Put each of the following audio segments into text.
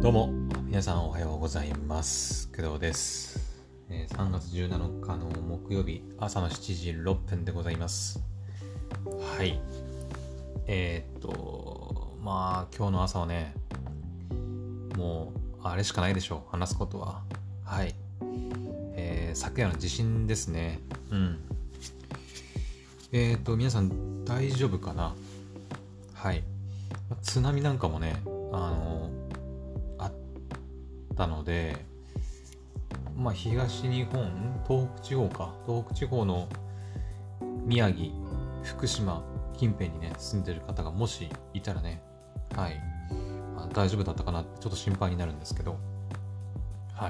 どうも皆さんおはようございます。工藤です。3月17日の木曜日朝の7時6分でございます。はい。今日の朝はね、もうあれしかないでしょう、話すことは。はい。昨夜の地震ですね。皆さん大丈夫かな？はい。津波なんかもね、あったので、東日本、東北地方の宮城、福島近辺にね、住んでる方がもしいたらね、はい、大丈夫だったかなってちょっと心配になるんですけど、はい。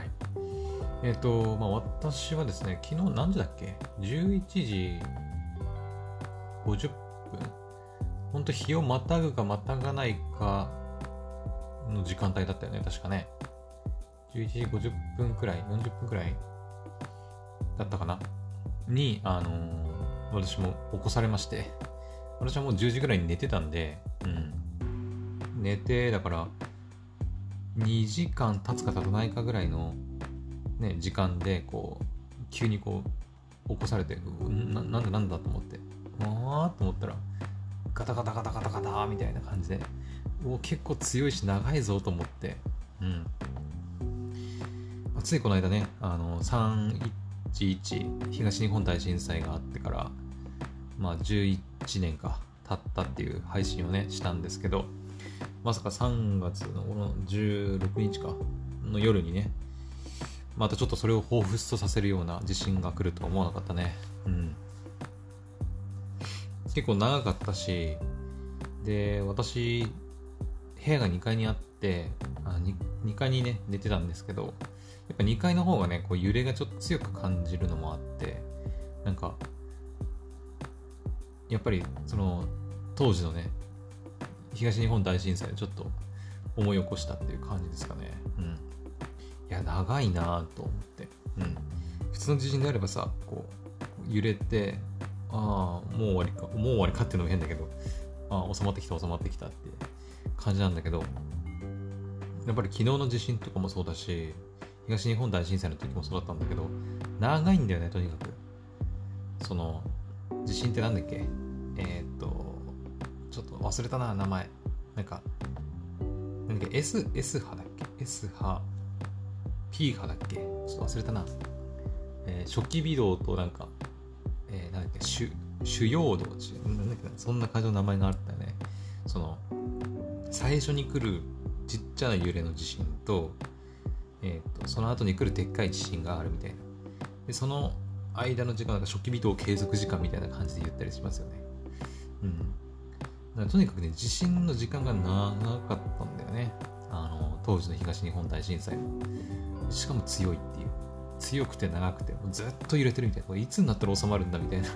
私はですね、昨日何時だっけ ?11 時50分。ほんと日をまたぐかまたがないかの時間帯だったよね、確かね。11時50分くらい、40分くらいだったかなに、私も起こされまして、私はもう10時くらいに寝てたんで、寝て、だから、2時間経つか経たないかぐらいの、ね、時間で、急に起こされて、なんだと思って、と思ったら、ガタガタガタガタガタみたいな感じで、結構強いし長いぞと思って、ついこの間ね、311東日本大震災があってから、11年か経ったっていう配信をね、したんですけど、まさか3月のこの16日かの夜にね、またちょっとそれを彷彿とさせるような地震が来るとは思わなかったね。結構長かったし、で、私、部屋が2階にあって、2階にね、寝てたんですけど、やっぱ2階の方がね、揺れがちょっと強く感じるのもあって、なんか、やっぱりその当時のね、東日本大震災をちょっと思い起こしたっていう感じですかね。いや、長いなぁと思って。普通の地震であればさ、揺れて、もう終わりかっていうのも変だけど、収まってきたって感じなんだけど、やっぱり昨日の地震とかもそうだし、東日本大震災の時もそうだったんだけど、長いんだよね、とにかく。その、地震ってなんだっけ？ちょっと忘れたな、名前。なんだっけ、S 波だっけ？ S 波、P 波だっけ？ちょっと忘れたな。初期微動となんだっけ、主要動、そんな感じの名前があったよね。その、最初に来るちっちゃな揺れの地震と、その後に来るでっかい地震があるみたいな。で、その間の時間が初期微動継続時間みたいな感じで言ったりしますよね。だからとにかくね、地震の時間が長かったんだよね。当時の東日本大震災も。しかも強いっていう。強くて長くて、もうずっと揺れてるみたいな。いつになったら収まるんだみたいな。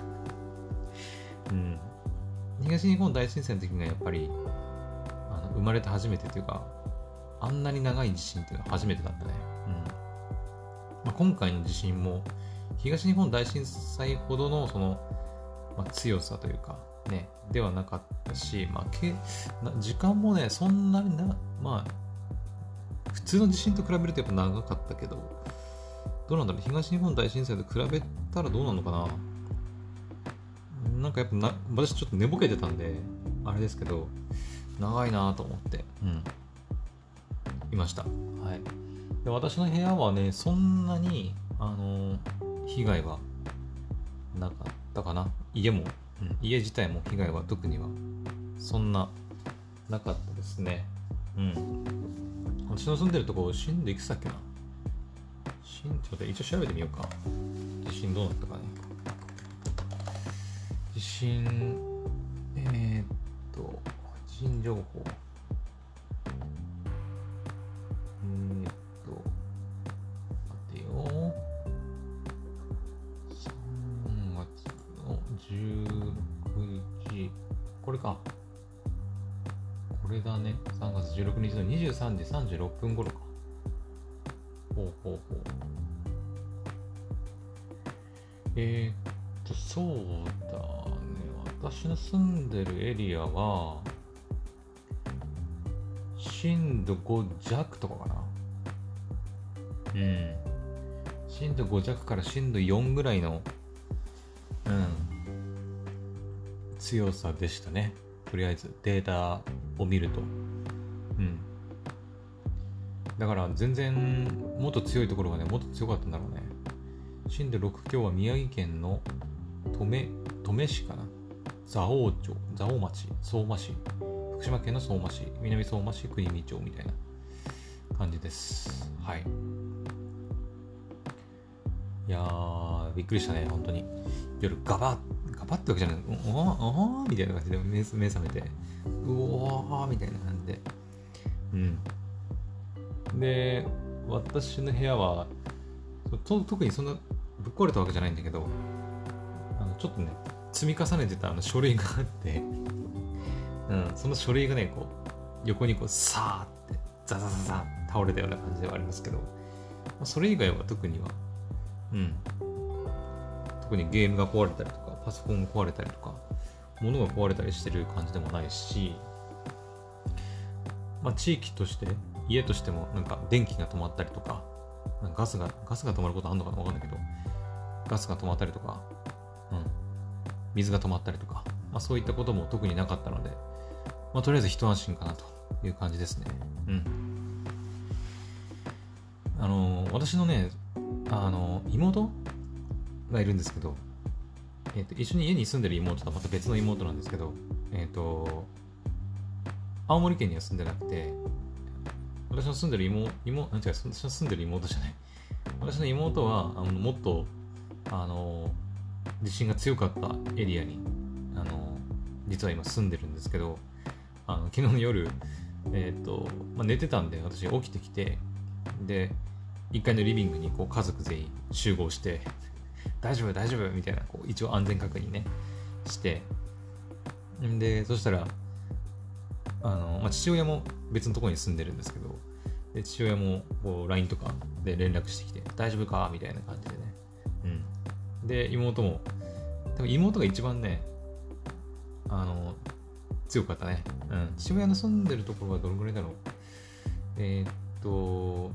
東日本大震災の時がやっぱり、生まれて初めてというか、あんなに長い地震っていうのは初めてだったね。今回の地震も東日本大震災ほどのその、強さというかねではなかったし、時間もねそんなに普通の地震と比べるとやっぱ長かったけど、どうなんだろう、東日本大震災と比べたらどうなのかな。なんかやっぱ私ちょっと寝ぼけてたんであれですけど、長いなと思っていました。はい。で、私の部屋はね、そんなに被害はなかったかな。家自体も被害は特にはそんななかったですね。私の住んでるとこ震度いくつだっけな。ちょっと待って、一応調べてみようか。地震どうなったかね。地震地震情報。待てよ。3月の16日。これか。これだね。3月16日の23時36分頃か。そうだね。私の住んでるエリアは、 震度5弱とかかな。震度5弱から震度4ぐらいの強さでしたね。とりあえずデータを見ると。だから全然もっと強いところがね、もっと強かったんだろうね。震度6強は宮城県の登米市かな。蔵王町、蔵王町、相馬市、福島県の相馬市、南相馬市、国見町みたいな感じです。はい。いやー、びっくりしたね、本当に。夜ガバってわけじゃない、おーみたいな感じで目覚めて、うおーみたいな感じで。で、私の部屋は、特にそんなぶっ壊れたわけじゃないんだけど、ちょっとね、積み重ねてた書類があって、その書類がね、こう、横にこう、さーって、ザザザザって倒れたような感じではありますけど、それ以外は特には、特にゲームが壊れたりとか、パソコンが壊れたりとか、物が壊れたりしてる感じでもないし、地域として、家としてもなんか電気が止まったりとか、ガスが止まることあるのかなわかんないけど、ガスが止まったりとか、水が止まったりとか、そういったことも特になかったので、とりあえず一安心かなという感じですね。私のね、妹がいるんですけど、一緒に家に住んでる妹とはまた別の妹なんですけど、青森県には住んでなくて、私の住んでる私の住んでる妹じゃない。私の妹は、もっと、地震が強かったエリアに、実は今住んでるんですけど、昨日の夜、寝てたんで、私起きてきて、で、1階のリビングにこう家族全員集合して、大丈夫みたいな、こう一応安全確認ね、して、で、そしたら、父親も別のところに住んでるんですけど、で父親もこう LINE とかで連絡してきて、大丈夫かみたいな感じでね。で、妹も、多分妹が一番ね、強かったね。父親の住んでるところはどのぐらいだろう。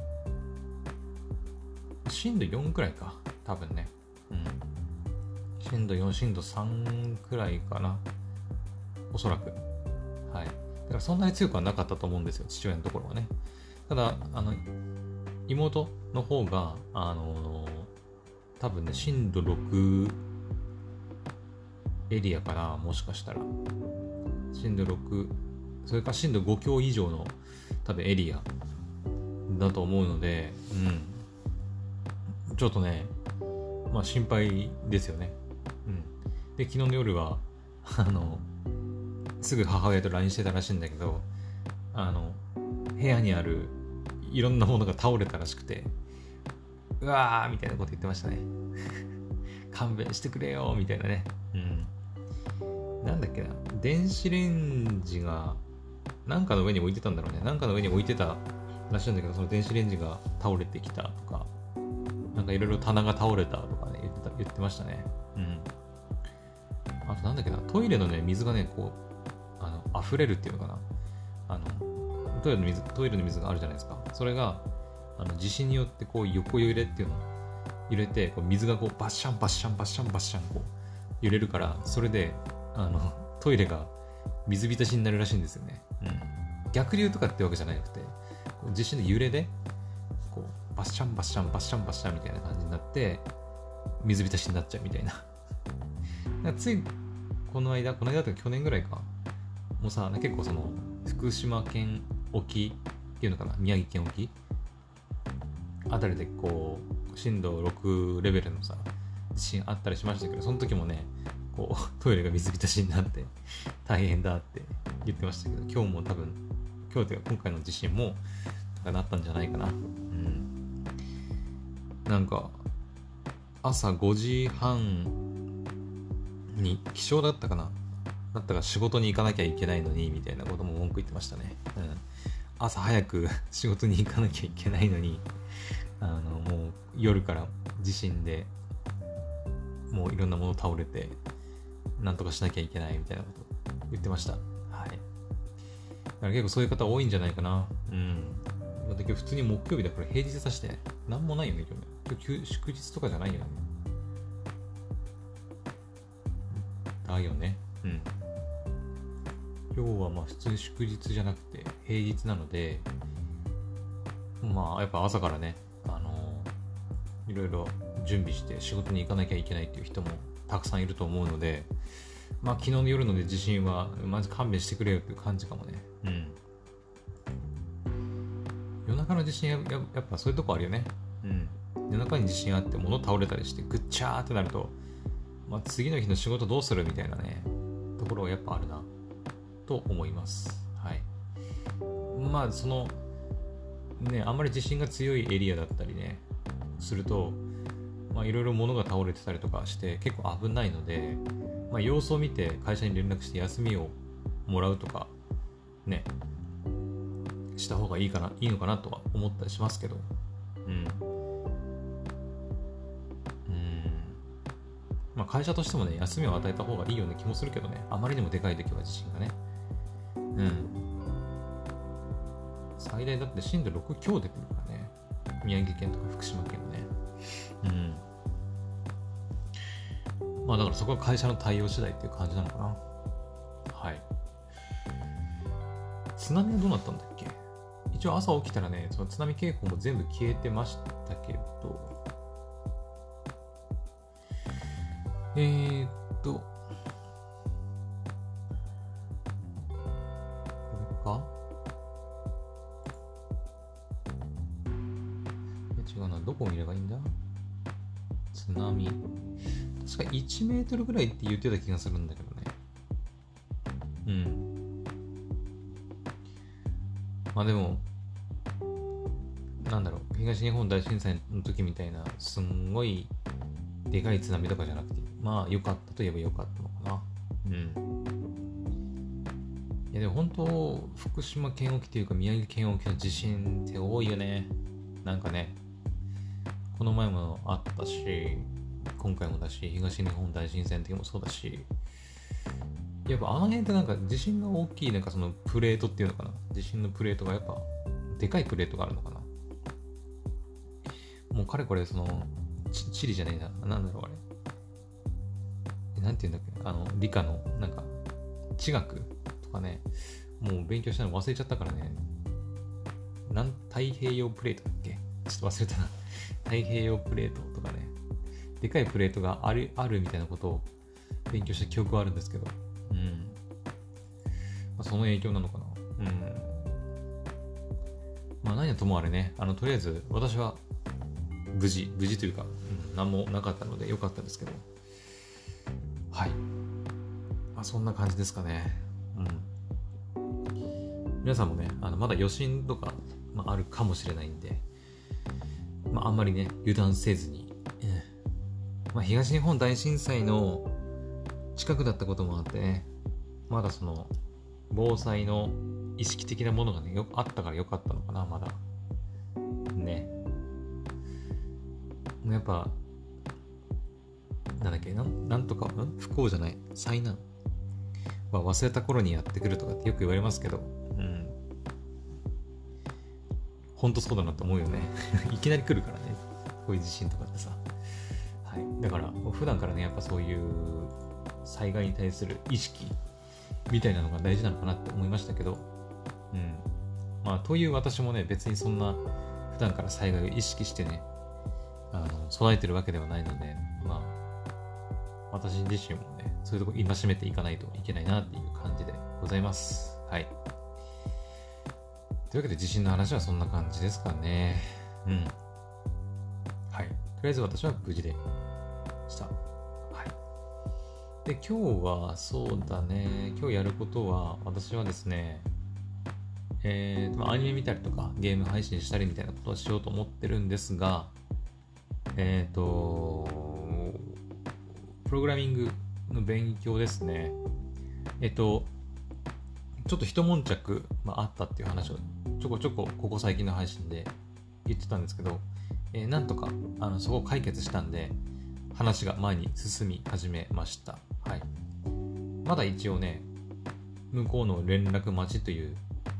震度4くらいか、多分ね。震度4、震度3くらいかな。おそらく。はい。だからそんなに強くはなかったと思うんですよ、父親のところはね。ただ、妹の方が、多分ね、震度6エリアかな、もしかしたら。震度6、それから震度5強以上の多分エリアだと思うので、ちょっとね、心配ですよね。で、昨日の夜は、すぐ母親と LINE してたらしいんだけど、部屋にあるいろんなものが倒れたらしくて、うわーみたいなこと言ってましたね。勘弁してくれよみたいなね。なんだっけな、電子レンジがなんかの上に置いてたんだろうね。なんかの上に置いてたらしいんだけど、その電子レンジが倒れてきたとか、なんかいろいろ棚が倒れたとかね、言ってましたね。あとなんだっけな、トイレのね、水がね、こう、溢れるっていうのかな。トイレの水があるじゃないですか。それが、地震によってこう横揺れっていうのを揺れて、こう水がこうバッシャンバッシャンバッシャンバッシャンこう揺れるから、それで、トイレが水浸しになるらしいんですよね。逆流とかってわけじゃなくて、地震の揺れで、こう、バッシャンバッシャンバッシャンバッシャンみたいな感じになって、水浸しになっちゃうみたいな。つい、この間とか去年ぐらいか。もうさ、結構その、福島県沖っていうのかな、宮城県沖あたりでこう、震度6レベルのさ、地震あったりしましたけど、その時もね、こう、トイレが水浸しになって、大変だって言ってましたけど、今日も多分、今日というか今回の地震も、なったんじゃないかな。なんか、朝5時半に、起床だったかなだったから仕事に行かなきゃいけないのにみたいなことも文句言ってましたね。朝早く仕事に行かなきゃいけないのにもう夜から地震でもういろんなもの倒れてなんとかしなきゃいけないみたいなこと言ってました。はい。 から結構そういう方多いんじゃないかな。だって今日普通に木曜日だから平日さして、なんもないよね、今日ね。祝日とかじゃないよね。だよね。今日はまあ普通に祝日じゃなくて平日なので、まあやっぱ朝からね、いろいろ準備して仕事に行かなきゃいけないっていう人もたくさんいると思うので、まあ昨日の夜ので地震はマジ勘弁してくれよっていう感じかもね。夜中の地震やっぱそういうとこあるよね。夜中に地震あって物倒れたりしてぐっちゃーってなると、まあ次の日の仕事どうするみたいなね、ところはやっぱあるなと思います。はい。まあそのね、あんまり地震が強いエリアだったりねすると、まあいろいろ物が倒れてたりとかして結構危ないので、まあ様子を見て会社に連絡して休みをもらうとかねした方がいいのかなとは思ったりしますけど、まあ会社としてもね休みを与えた方がいいような気もするけどね、あまりにもでかい時は地震がね。最大だって震度6強出てるからね。宮城県とか福島県ね。まあだからそこは会社の対応次第っていう感じなのかな。はい。津波はどうなったんだっけ？一応朝起きたらね、その津波警報も全部消えてましたけど、これか？違うな、どこを見ればいいんだ？津波。確か1メートルぐらいって言ってた気がするんだけどね。まあでも、なんだろう、東日本大震災の時みたいな、すんごいでかい津波とかじゃなくて、まあ良かったといえば良かったのかな。いやでも本当、福島県沖というか宮城県沖の地震って多いよね。なんかね、この前もあったし、今回もだし、東日本大震災の時もそうだし、やっぱあの辺ってなんか地震が大きいなんかそのプレートっていうのかな、地震のプレートがやっぱでかいプレートがあるのかな。もうかれこれその地理じゃないな、なんだろうあれ、なんていうんだっけ、理科のなんか地学とかね、もう勉強したの忘れちゃったからね。太平洋プレートだっけ、ちょっと忘れたな。太平洋プレートとかね、でかいプレートがあるみたいなことを勉強した記憶はあるんですけど、まあ、その影響なのかな。まあ何はともあれね、とりあえず私は無事というか、何もなかったので良かったですけど、はい。まあそんな感じですかね。皆さんもね、まだ余震とか、あるかもしれないんで、あんまりね、油断せずに、東日本大震災の近くだったこともあってね、まだその防災の意識的なものがねあったから良かったのかな。まだね、やっぱなんだっけ、なんとか不幸じゃない、災難は忘れた頃にやってくるとかってよく言われますけど、ほんとそうだなと思うよね。いきなり来るからね、こういう地震とかってさ。はい、だから普段からね、やっぱそういう災害に対する意識みたいなのが大事なのかなって思いましたけど、という私もね、別にそんな普段から災害を意識してね、備えてるわけではないので、私自身もね、そういうとこ戒めていかないといけないなっていう感じでございます。はい。というわけで地震の話はそんな感じですかね。はい。とりあえず私は無事でした。はい。で、今日はそうだね、今日やることは、私はですね、アニメ見たりとかゲーム配信したりみたいなことをしようと思ってるんですが、プログラミングの勉強ですね。ちょっと一悶着、あったっていう話をちょこちょこここ最近の配信で言ってたんですけど、なんとかそこを解決したんで話が前に進み始めました。はい。まだ一応ね、向こうの連絡待ちという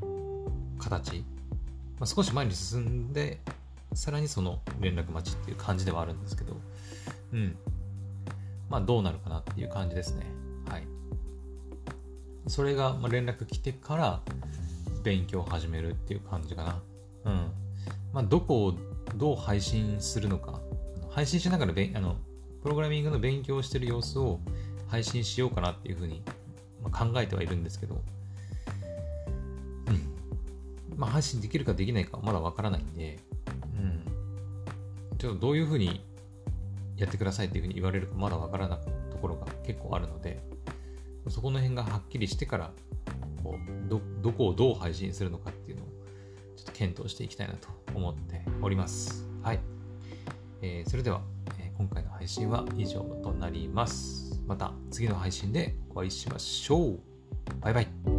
形、少し前に進んで、さらにその連絡待ちっていう感じではあるんですけど、どうなるかなっていう感じですね。はい。それが連絡来てから勉強を始めるっていう感じかな。どこをどう配信するのか、配信しながらプログラミングの勉強をしてる様子を配信しようかなっていうふうに考えてはいるんですけど、配信できるかできないかまだわからないんで、ちょっとどういうふうにやってくださいっていうふうに言われるかまだわからないところが結構あるので、そこの辺がはっきりしてからどこをどう配信するのかっていうのをちょっと検討していきたいなと思っております。はい。それでは、今回の配信は以上となります。また次の配信でお会いしましょう。バイバイ。